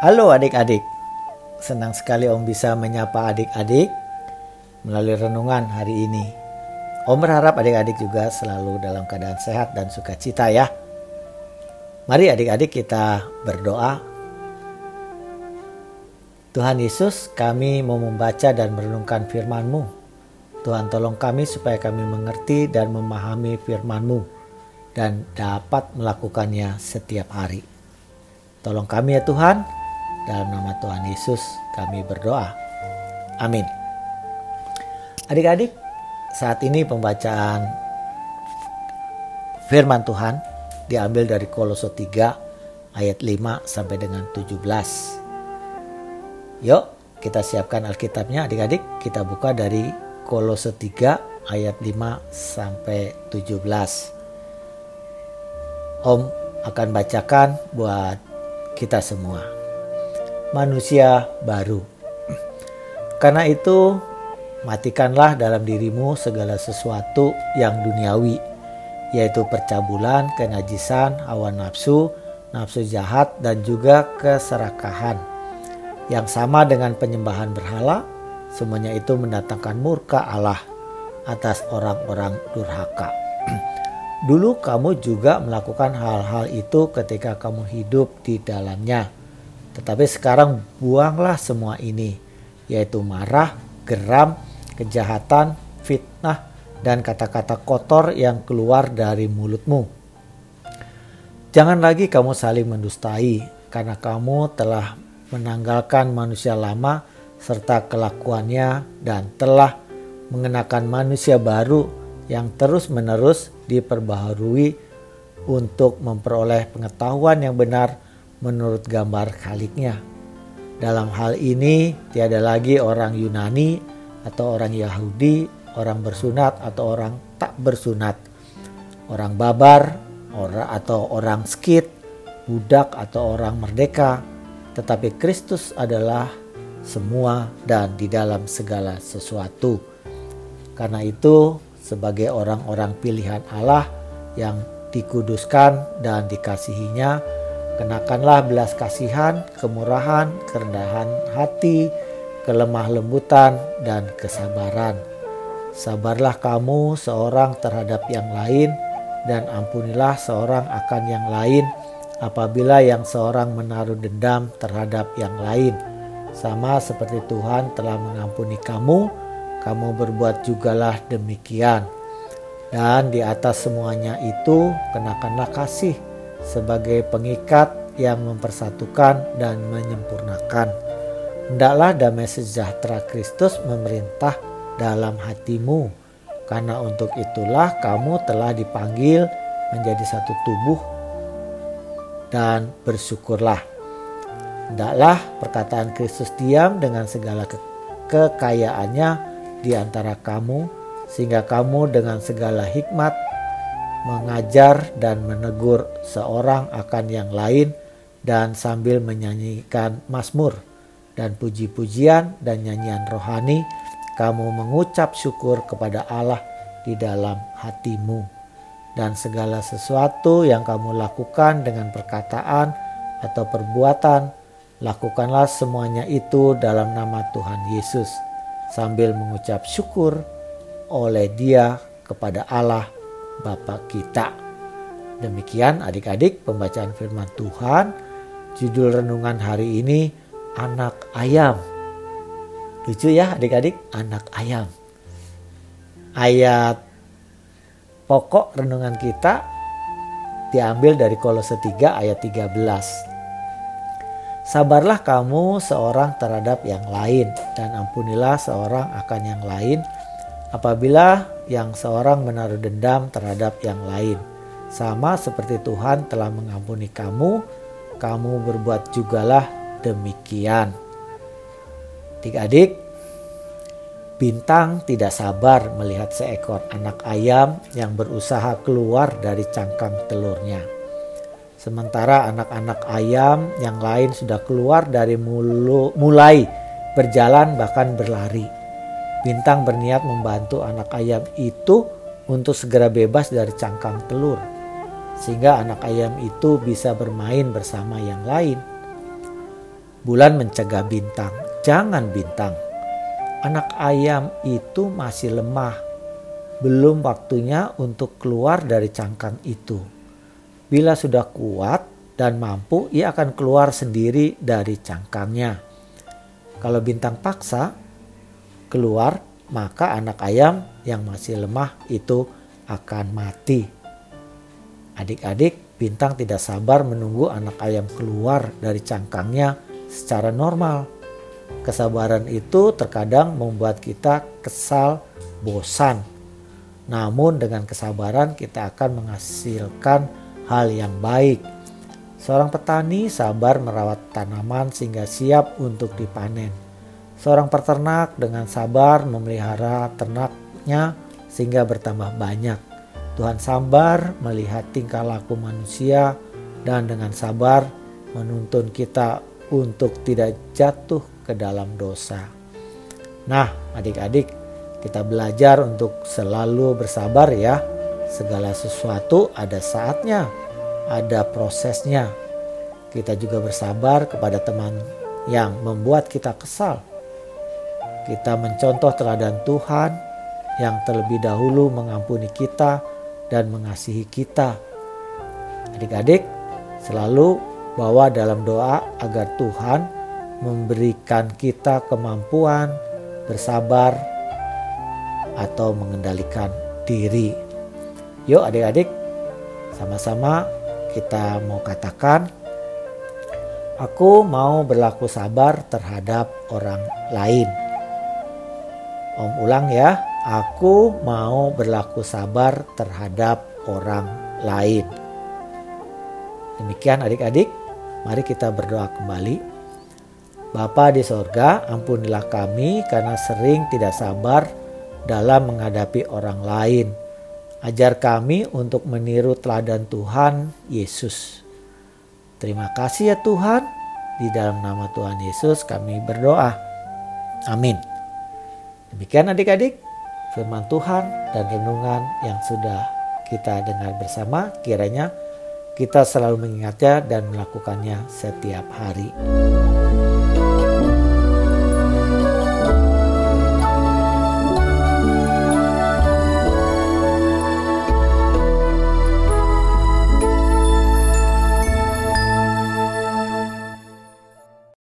Halo adik-adik, senang sekali Om bisa menyapa adik-adik melalui renungan hari ini. Om berharap adik-adik juga selalu dalam keadaan sehat dan sukacita ya. Mari adik-adik kita berdoa. Tuhan Yesus, kami mau membaca dan merenungkan firman-Mu. Tuhan tolong kami supaya kami mengerti dan memahami firman-Mu dan dapat melakukannya setiap hari. Tolong kami ya Tuhan, dalam nama Tuhan Yesus kami berdoa. Amin. Adik-adik, saat ini pembacaan firman Tuhan diambil dari Kolose 3 ayat 5 sampai dengan 17. Yuk kita siapkan Alkitabnya adik-adik, kita buka dari Kolose 3 ayat 5 sampai 17. Om akan bacakan buat kita semua. Manusia baru. Karena itu matikanlah dalam dirimu segala sesuatu yang duniawi, yaitu percabulan, kenajisan, hawa nafsu, nafsu jahat, dan juga keserakahan. Yang sama dengan penyembahan berhala, semuanya itu mendatangkan murka Allah atas orang-orang durhaka. Dulu kamu juga melakukan hal-hal itu ketika kamu hidup di dalamnya. Tetapi sekarang buanglah semua ini, yaitu marah, geram, kejahatan, fitnah, dan kata-kata kotor yang keluar dari mulutmu. Jangan lagi kamu saling mendustai, karena kamu telah menanggalkan manusia lama serta kelakuannya dan telah mengenakan manusia baru yang terus-menerus diperbaharui untuk memperoleh pengetahuan yang benar menurut gambar Khaliknya. Dalam hal ini tiada lagi orang Yunani atau orang Yahudi, orang bersunat atau orang tak bersunat, orang babar atau orang skit, budak atau orang merdeka, tetapi Kristus adalah semua dan di dalam segala sesuatu. Karena itu, sebagai orang-orang pilihan Allah yang dikuduskan dan dikasihinya, kenakanlah belas kasihan, kemurahan, kerendahan hati, kelemah lembutan, dan kesabaran. Sabarlah kamu seorang terhadap yang lain, dan ampunilah seorang akan yang lain, apabila yang seorang menaruh dendam terhadap yang lain. Sama seperti Tuhan telah mengampuni kamu, kamu berbuat jugalah demikian. Dan di atas semuanya itu, kenakanlah kasih sebagai pengikat yang mempersatukan dan menyempurnakan. Hendaklah damai sejahtera Kristus memerintah dalam hatimu, karena untuk itulah kamu telah dipanggil menjadi satu tubuh, dan bersyukurlah. Hendaklah perkataan Kristus diam dengan segala kekayaannya di antara kamu, sehingga kamu dengan segala hikmat mengajar dan menegur seorang akan yang lain, dan sambil menyanyikan mazmur dan puji-pujian dan nyanyian rohani, kamu mengucap syukur kepada Allah di dalam hatimu. Dan segala sesuatu yang kamu lakukan dengan perkataan atau perbuatan, lakukanlah semuanya itu dalam nama Tuhan Yesus, sambil mengucap syukur oleh Dia kepada Allah Bapa kita. Demikian adik-adik pembacaan firman Tuhan. Judul renungan hari ini, anak ayam. Lucu ya adik-adik, anak ayam. Ayat pokok renungan kita diambil dari Kolose 3 ayat 13. Sabarlah kamu seorang terhadap yang lain, dan ampunilah seorang akan yang lain, apabila yang seorang menaruh dendam terhadap yang lain. Sama seperti Tuhan telah mengampuni kamu, kamu berbuat jugalah demikian. Adik-adik, Bintang tidak sabar melihat seekor anak ayam yang berusaha keluar dari cangkang telurnya. Sementara anak-anak ayam yang lain sudah keluar dari mulai berjalan bahkan berlari. Bintang berniat membantu anak ayam itu untuk segera bebas dari cangkang telur, sehingga anak ayam itu bisa bermain bersama yang lain. Bulan mencegah bintang. Jangan bintang. Anak ayam itu masih lemah. Belum waktunya untuk keluar dari cangkang itu. Bila sudah kuat dan mampu, ia akan keluar sendiri dari cangkangnya. Kalau bintang paksa keluar, maka anak ayam yang masih lemah itu akan mati. Adik-adik, bintang tidak sabar menunggu anak ayam keluar dari cangkangnya secara normal. Kesabaran itu terkadang membuat kita kesal, bosan. Namun dengan kesabaran kita akan menghasilkan hal yang baik. Seorang petani sabar merawat tanaman sehingga siap untuk dipanen. Seorang peternak dengan sabar memelihara ternaknya sehingga bertambah banyak. Tuhan sabar melihat tingkah laku manusia dan dengan sabar menuntun kita untuk tidak jatuh ke dalam dosa. Nah, adik-adik, kita belajar untuk selalu bersabar ya. Segala sesuatu ada saatnya, ada prosesnya. Kita juga bersabar kepada teman yang membuat kita kesal. Kita mencontoh teladan Tuhan yang terlebih dahulu mengampuni kita dan mengasihi kita. Adik-adik, selalu bawa dalam doa agar Tuhan memberikan kita kemampuan bersabar atau mengendalikan diri. Yuk adik-adik, sama-sama kita mau katakan, aku mau berlaku sabar terhadap orang lain. Om ulang ya, aku mau berlaku sabar terhadap orang lain. Demikian adik-adik, mari kita berdoa kembali. Bapa di sorga, ampunilah kami karena sering tidak sabar dalam menghadapi orang lain. Ajar kami untuk meniru teladan Tuhan Yesus. Terima kasih ya Tuhan. Di dalam nama Tuhan Yesus kami berdoa. Amin. Demikian adik-adik firman Tuhan dan renungan yang sudah kita dengar bersama. Kiranya kita selalu mengingatnya dan melakukannya setiap hari.